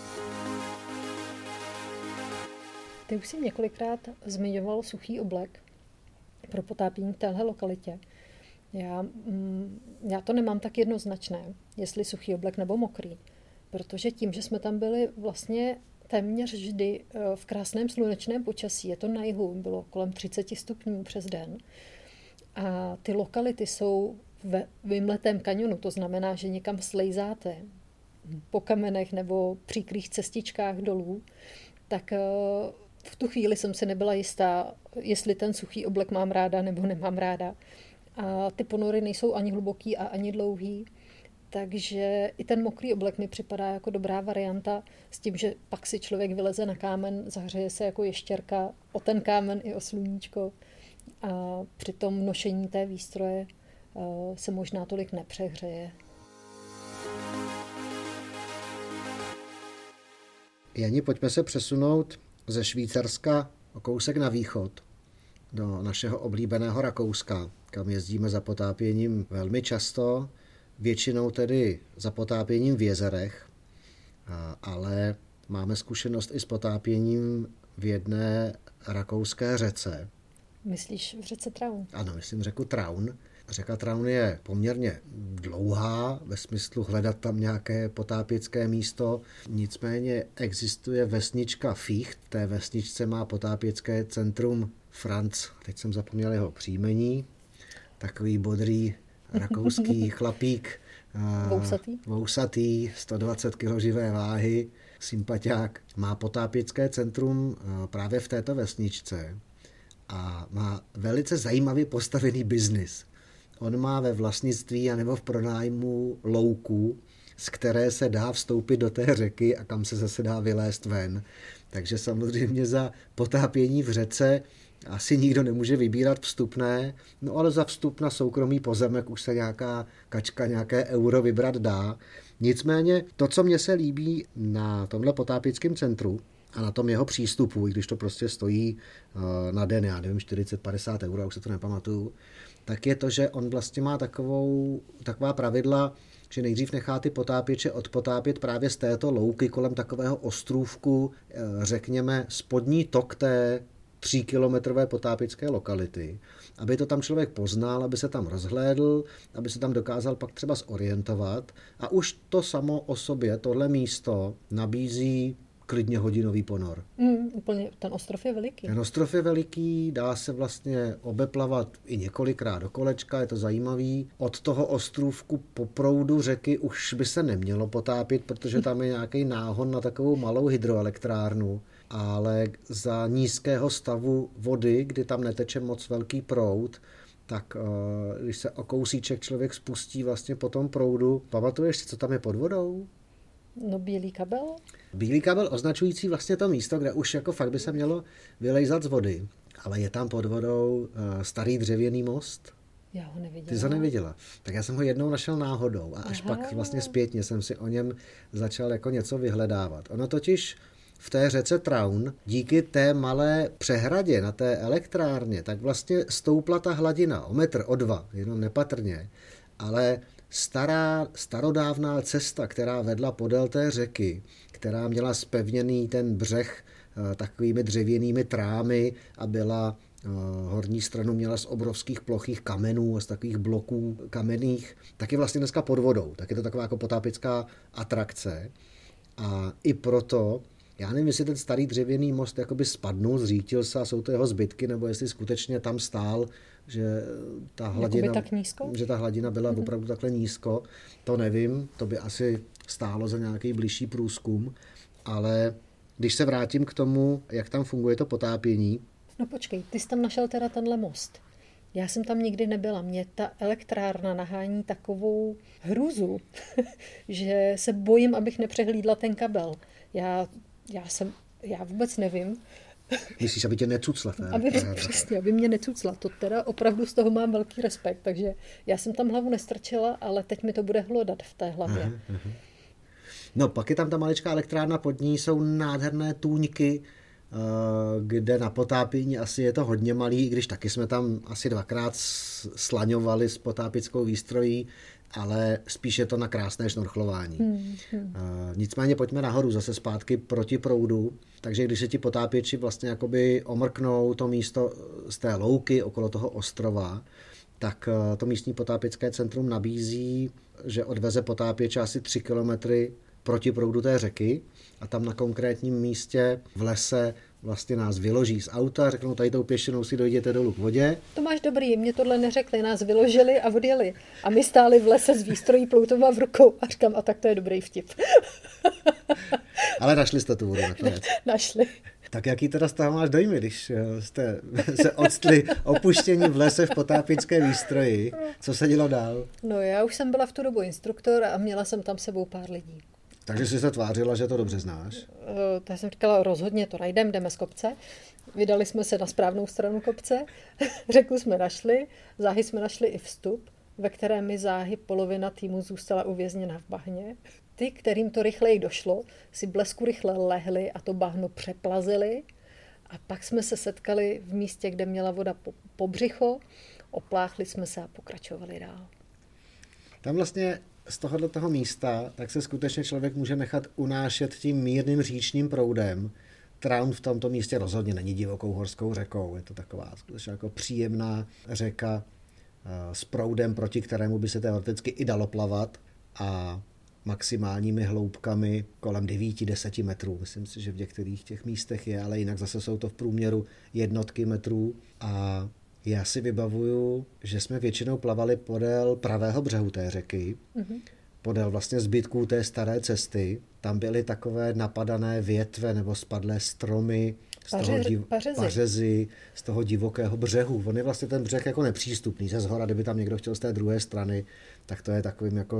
Ty už jsi několikrát zmiňoval suchý oblek pro potápění v téhle lokalitě. Já, já to nemám tak jednoznačné, jestli suchý oblek nebo mokrý, protože tím, že jsme tam byli vlastně téměř vždy v krásném slunečném počasí, je to na jihu, bylo kolem třicet stupňů přes den, a ty lokality jsou ve vymletém kanionu, to znamená, že někam slejzáte po kamenech nebo příkrých cestičkách dolů, tak v tu chvíli jsem si nebyla jistá, jestli ten suchý oblek mám ráda nebo nemám ráda. A ty ponory nejsou ani hluboký a ani dlouhý, takže i ten mokrý oblek mi připadá jako dobrá varianta s tím, že pak si člověk vyleze na kámen, zahřeje se jako ještěrka o ten kámen i o sluníčko a při tom nošení té výstroje se možná tolik nepřehřeje. Jani, pojďme se přesunout ze Švýcarska o kousek na východ do našeho oblíbeného Rakouska, kam jezdíme za potápěním velmi často, většinou tedy za potápěním v jezerech, ale máme zkušenost i s potápěním v jedné rakouské řece. Myslíš v řece Traun? Ano, myslím řeku Traun. Řeka Traun je poměrně dlouhá, ve smyslu hledat tam nějaké potápěcké místo. Nicméně existuje vesnička Ficht. V té vesničce má potápěcké centrum Franz, teď jsem zapomněl jeho příjmení, takový bodrý rakouský chlapík, vousatý, vousatý sto dvacet kilogramů živé váhy, sympatiák, má potápěcké centrum právě v této vesničce a má velice zajímavý postavený biznis. On má ve vlastnictví anebo v pronájmu louku, z které se dá vstoupit do té řeky a kam se zase dá vylézt ven. Takže samozřejmě za potápění v řece asi nikdo nemůže vybírat vstupné, no ale za vstup na soukromý pozemek už se nějaká kačka, nějaké euro vybrat dá. Nicméně to, co mně se líbí na tomhle potápěckém centru a na tom jeho přístupu, i když to prostě stojí na den, já nevím, čtyřicet padesát euro, já už se to nepamatuju, tak je to, že on vlastně má takovou, taková pravidla, že nejdřív nechá ty potápěče odpotápět právě z této louky kolem takového ostrůvku, řekněme, spodní tok té tříkilometrové potápěcké lokality, aby to tam člověk poznal, aby se tam rozhlédl, aby se tam dokázal pak třeba zorientovat a už to samo o sobě, tohle místo, nabízí klidně hodinový ponor. Mm, úplně, ten ostrov je veliký. Ten ostrov je veliký, dá se vlastně obeplavat i několikrát do kolečka, je to zajímavý. Od toho ostrůvku po proudu řeky už by se nemělo potápět, protože tam je nějaký náhon na takovou malou hydroelektrárnu, ale za nízkého stavu vody, kdy tam neteče moc velký proud, tak když se o kousíček člověk spustí vlastně po tom proudu, pamatuješ si, co tam je pod vodou? No bílý kabel? Bílý kabel označující vlastně to místo, kde už jako fakt by se mělo vylejzat z vody, ale je tam pod vodou starý dřevěný most. Já ho neviděla. Ty jsi ho neviděla. Tak já jsem ho jednou našel náhodou a až Aha. pak vlastně zpětně jsem si o něm začal jako něco vyhledávat. Ono totiž v té řece Traun díky té malé přehradě na té elektrárně, tak vlastně stoupla ta hladina o metr, o dva, jenom nepatrně, ale stará, starodávná cesta, která vedla podél té řeky, která měla zpevněný ten břeh takovými dřevěnými trámy a byla horní stranu měla z obrovských plochých kamenů a z takových bloků kamenných, tak je vlastně dneska pod vodou. Tak je to taková jako potápěcká atrakce. A i proto, já nevím, jestli ten starý dřevěný most jakoby spadnul, zřítil se a jsou to jeho zbytky, nebo jestli skutečně tam stál, že ta hladina, tak nízko? že ta hladina byla mm-hmm. opravdu takhle nízko, to nevím, to by asi stálo za nějaký bližší průzkum, ale když se vrátím k tomu, jak tam funguje to potápění. No počkej, ty jsi tam našel teda tenhle most. Já jsem tam nikdy nebyla. Mě ta elektrárna nahání takovou hrůzu, že se bojím, abych nepřehlídla ten kabel. Já, já, jsem, já vůbec nevím. Myslíš, aby tě necucla? Aby, přesně, aby mě necucla. To teda opravdu z toho mám velký respekt. Takže já jsem tam hlavu nestrčila, ale teď mi to bude hlodat v té hlavě. Aha, aha. No, pak je tam ta maličká elektrárna, pod ní jsou nádherné tůňky, kde na potápění asi je to hodně malý, i když taky jsme tam asi dvakrát slaňovali s potápěckou výstrojí, ale spíš je to na krásné šnorchlování. Hmm, hmm. Nicméně pojďme nahoru, zase zpátky proti proudu, takže když se ti potápěči vlastně jakoby omrknou to místo z té louky okolo toho ostrova, tak to místní potápěcké centrum nabízí, že odveze potápěče asi tři kilometry proti proudu té řeky a tam na konkrétním místě v lese vlastně nás vyloží z auta, řeknou, tady tou pěšinou si dojděte dolů k vodě. To máš dobrý, mě tohle neřekli, nás vyložili a odjeli. A my stáli v lese s výstrojí ploutová v rukou a říkám, a tak to je dobrý vtip. Ale našli jste tu vodu nakonec. Našli. Tak jaký teda z toho máš dojmy, když jste se odstli opuštění v lese v potápěčské výstroji? Co se dělo dál? No já už jsem byla v tu dobu instruktor a měla jsem tam sebou pár lidí. Takže jsi se tvářila, že to dobře znáš? Uh, tak jsem říkala, rozhodně to najdeme, jdeme z kopce. Vydali jsme se na správnou stranu kopce, řeku jsme našli, záhy jsme našli i vstup, ve kterém mi záhy polovina týmu zůstala uvězněna v bahně. Ty, kterým to rychleji došlo, si blesku rychle lehli a to bahno přeplazili. A pak jsme se setkali v místě, kde měla voda po, po břicho, opláchli jsme se a pokračovali dál. Tam vlastně z tohoto toho místa, tak se skutečně člověk může nechat unášet tím mírným říčním proudem. Traun v tomto místě rozhodně není divokou horskou řekou, je to taková skutečně jako příjemná řeka s proudem, proti kterému by se teoreticky i dalo plavat a maximálními hloubkami kolem devět až deset metrů. Myslím si, že v některých těch místech je, ale jinak zase jsou to v průměru jednotky metrů a Já si vybavuju, že jsme většinou plavali podél pravého břehu té řeky, mm-hmm. podél vlastně zbytků té staré cesty. Tam byly takové napadané větve nebo spadlé stromy, z Paře, toho div, pařezy. pařezy, z toho divokého břehu. On je vlastně ten břeh jako nepřístupný ze zhora, kdyby tam někdo chtěl z té druhé strany, tak to je takovým jako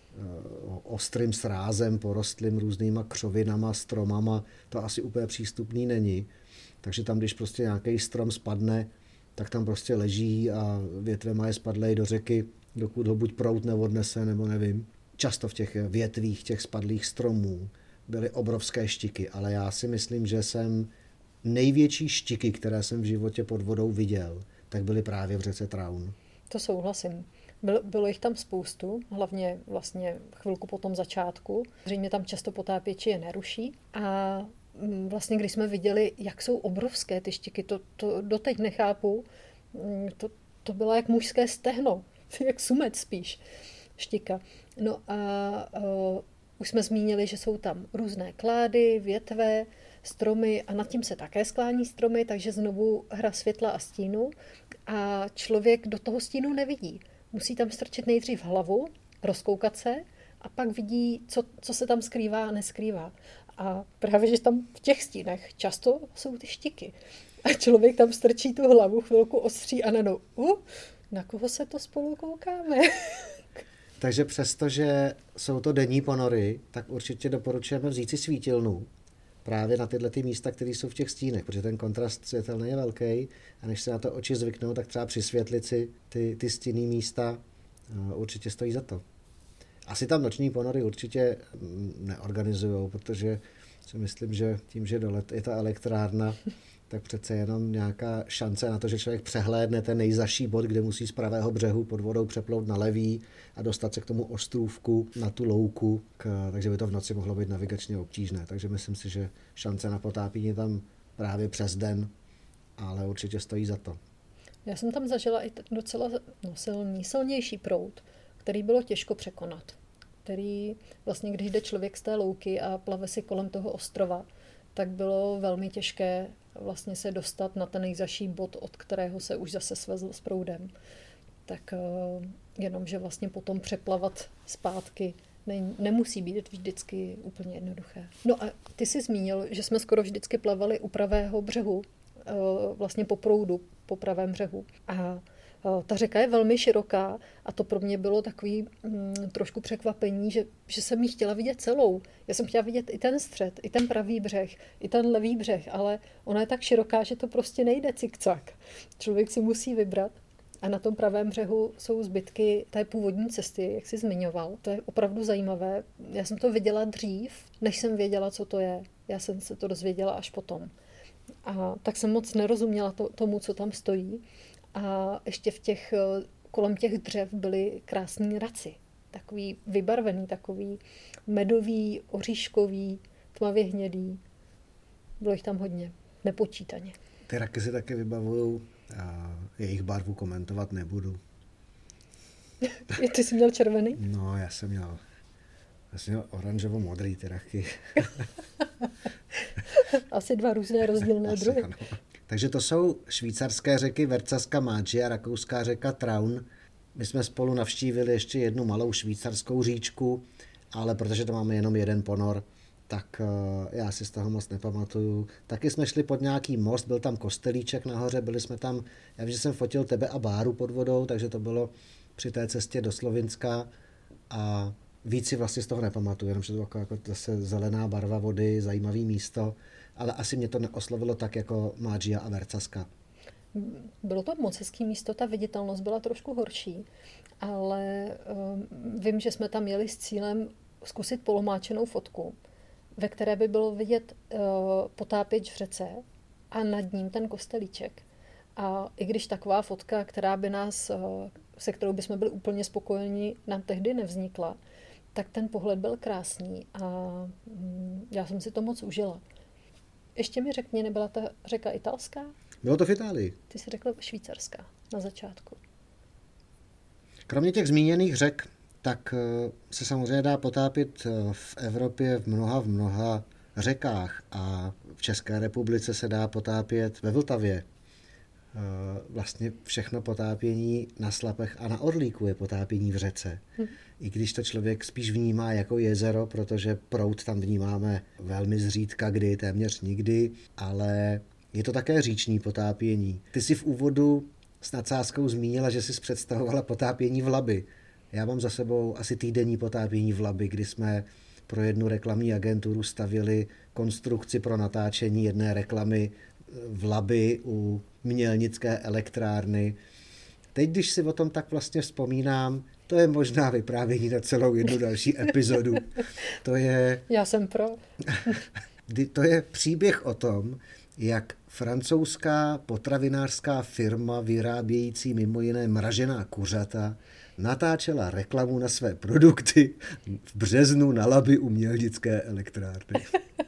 uh, ostrým srázem, porostlým různýma křovinama, stromama. To asi úplně přístupný není. Takže tam, když prostě nějaký strom spadne, tak tam prostě leží a větvema je spadlej do řeky, dokud ho buď proud neodnese, nebo nevím. Často v těch větvích těch spadlých stromů byly obrovské štiky, ale já si myslím, že jsem největší štiky, které jsem v životě pod vodou viděl, tak byly právě v řece Traun. To souhlasím. Bylo, bylo jich tam spoustu, hlavně vlastně chvilku po tom začátku. Zřejmě tam často potápěči je neruší. A vlastně když jsme viděli, jak jsou obrovské ty štiky, to, to doteď nechápu, to, to bylo jak mužské stehno, jak sumec spíš, štika. No a uh, už jsme zmínili, že jsou tam různé klády, větve, stromy a nad tím se také sklání stromy, takže znovu hra světla a stínu a člověk do toho stínu nevidí. Musí tam strčit nejdřív hlavu, rozkoukat se a pak vidí, co, co se tam skrývá a neskrývá. A právě, že tam v těch stínech často jsou ty štiky. A člověk tam strčí tu hlavu, chvilku ostří a najednou, uh, na koho se to spolu koukáme? Takže přestože jsou to denní ponory, tak určitě doporučujeme vzít si svítilnu právě na tyhle ty místa, které jsou v těch stínech, protože ten kontrast světelný je velký a než se na to oči zvyknou, tak třeba přisvětlit si ty, ty stinný místa určitě stojí za to. Asi tam noční ponory určitě neorganizujou, protože si myslím, že tím, že dole je ta elektrárna, tak přece jenom nějaká šance na to, že člověk přehlédne ten nejzaší bod, kde musí z pravého břehu pod vodou přeplout na levý a dostat se k tomu ostrůvku, na tu louku, k, takže by to v noci mohlo být navigačně obtížné. Takže myslím si, že šance na potápění tam právě přes den, ale určitě stojí za to. Já jsem tam zažila i docela no, silný, silnější proud, který bylo těžko překonat. Který vlastně, když jde člověk z té louky a plave si kolem toho ostrova, tak bylo velmi těžké vlastně se dostat na ten nejzaší bod, od kterého se už zase svezl s proudem. Tak uh, jenom, že vlastně potom přeplavat zpátky ne, nemusí být vždycky úplně jednoduché. No a ty jsi zmínil, že jsme skoro vždycky plavali u pravého břehu, uh, vlastně po proudu, po pravém břehu. A ta řeka je velmi široká a to pro mě bylo takový mm, trošku překvapení, že, že jsem ji chtěla vidět celou. Já jsem chtěla vidět i ten střed, i ten pravý břeh, i ten levý břeh, ale ona je tak široká, že to prostě nejde cikcak. Člověk si musí vybrat a na tom pravém břehu jsou zbytky té původní cesty, jak jsi zmiňoval. To je opravdu zajímavé. Já jsem to viděla dřív, než jsem věděla, co to je. Já jsem se to dozvěděla až potom. A tak jsem moc nerozuměla to, tomu, co tam stojí. A ještě v těch, kolem těch dřev byly krásní raci. Takový vybarvený, takový medový, oříškový, tmavě hnědý. Bylo jich tam hodně, nepočítaně. Ty raky si taky vybavuju a jejich barvu komentovat nebudu. Ty jsi měl červený? No, já jsem měl, já jsem měl oranžovo-modrý ty raky. Asi dva různé rozdílné Asi, druhy. Ano. Takže to jsou švýcarské řeky Vercaska Máči a rakouská řeka Traun. My jsme spolu navštívili ještě jednu malou švýcarskou říčku, ale protože to máme jenom jeden ponor, tak já si z toho moc nepamatuju. Taky jsme šli pod nějaký most, byl tam kostelíček nahoře, byli jsme tam, já vím, že jsem fotil tebe a Báru pod vodou, takže to bylo při té cestě do Slovinska a víc si vlastně z toho nepamatuju, jenom že to bylo jako zase zelená barva vody, zajímavý místo, ale asi mě to neoslovilo tak jako Mágia a Vercaska. Bylo to moc hezký místo, ta viditelnost byla trošku horší, ale um, vím, že jsme tam jeli s cílem zkusit polomáčenou fotku, ve které by bylo vidět uh, potápěč v řece a nad ním ten kostelíček. A i když taková fotka, která by nás, uh, se kterou bychom byli úplně spokojeni, nám tehdy nevznikla, tak ten pohled byl krásný a um, já jsem si to moc užila. Ještě mi řekni, nebyla ta řeka italská? Bylo to v Itálii. Ty jsi řekl švýcarská na začátku. Kromě těch zmíněných řek, tak se samozřejmě dá potápět v Evropě v mnoha, v mnoha řekách a v České republice se dá potápět ve Vltavě, vlastně všechno potápění na Slapech a na Orlíku je potápění v řece. Hmm. I když to člověk spíš vnímá jako jezero, protože proud tam vnímáme velmi zřídka kdy, téměř nikdy, ale je to také říční potápění. Ty jsi v úvodu s nadsázkou zmínila, že jsi představovala potápění v Labi. Já mám za sebou asi týdenní potápění v Labi, kdy jsme pro jednu reklamní agenturu stavili konstrukci pro natáčení jedné reklamy v Labi u Mělnické elektrárny. Teď, když si o tom tak vlastně vzpomínám, to je možná vyprávění na celou jednu další epizodu. To je... Já jsem pro. To je příběh o tom, jak francouzská potravinářská firma vyrábějící mimo jiné mražená kuřata natáčela reklamu na své produkty v březnu na Labi u Mělnické elektrárny.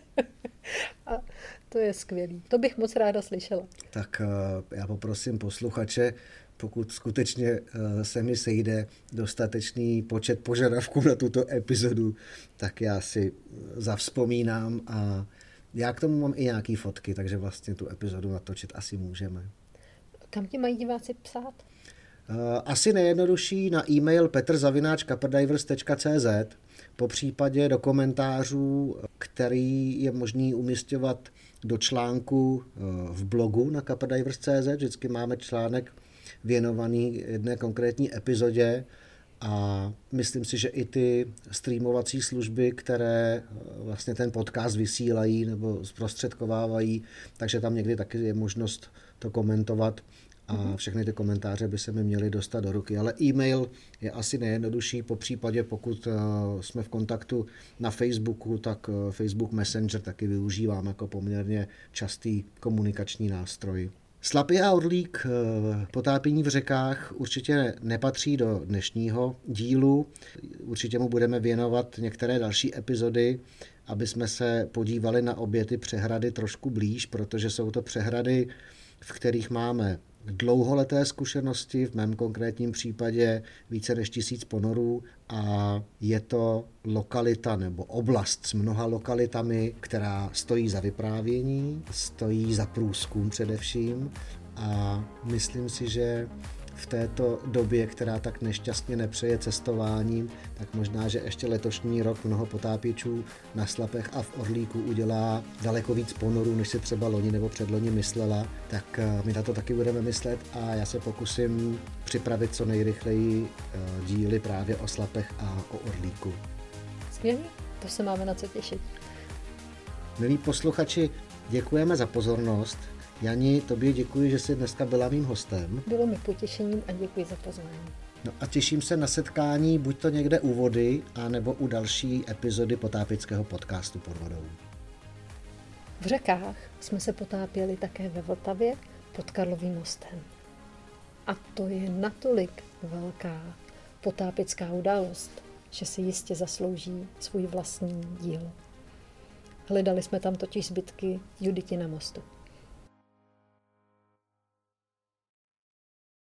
A to je skvělý. To bych moc ráda slyšela. Tak já poprosím posluchače, pokud skutečně se mi sejde dostatečný počet požadavků na tuto epizodu, tak já si zavzpomínám a já k tomu mám i nějaký fotky, takže vlastně tu epizodu natočit asi můžeme. Kam ti mají diváci psát? Asi nejjednodušší na e-mail petr zavináč kaprdivers tečka cé zet, po případě do komentářů, který je možný umisťovat do článku v blogu na kaprdivers tečka cé zet. Vždycky máme článek věnovaný jedné konkrétní epizodě a myslím si, že i ty streamovací služby, které vlastně ten podcast vysílají nebo zprostředkovávají, takže tam někdy taky je možnost to komentovat a všechny ty komentáře by se mi měly dostat do ruky. Ale e-mail je asi nejjednodušší, po případě pokud jsme v kontaktu na Facebooku, tak Facebook Messenger taky využívám jako poměrně častý komunikační nástroj. Slapy a Orlík, potápění v řekách, určitě nepatří do dnešního dílu. Určitě mu budeme věnovat některé další epizody, aby jsme se podívali na obě ty přehrady trošku blíž, protože jsou to přehrady, v kterých máme dlouholeté zkušenosti, v mém konkrétním případě více než tisíc ponorů a je to lokalita nebo oblast s mnoha lokalitami, která stojí za vyprávění, stojí za průzkum především a myslím si, že v této době, která tak nešťastně nepřeje cestováním, tak možná, že ještě letošní rok mnoho potápěčů na Slapech a v Orlíku udělá daleko víc ponorů, než si třeba loni nebo předloni myslela, tak my na to taky budeme myslet a já se pokusím připravit co nejrychleji díly právě o Slapech a o Orlíku. Skvělý, to se máme na co těšit. Milí posluchači, děkujeme za pozornost. Jani, tobě děkuji, že jsi dneska byla mým hostem. Bylo mi potěšením a děkuji za pozvání. No a těším se na setkání buď to někde u vody, anebo u další epizody potápěckého podcastu Pod vodou. V řekách jsme se potápěli také ve Vltavě pod Karlovým mostem. A to je natolik velká potápěcká událost, že si jistě zaslouží svůj vlastní díl. Hledali jsme tam totiž zbytky Judity na mostu.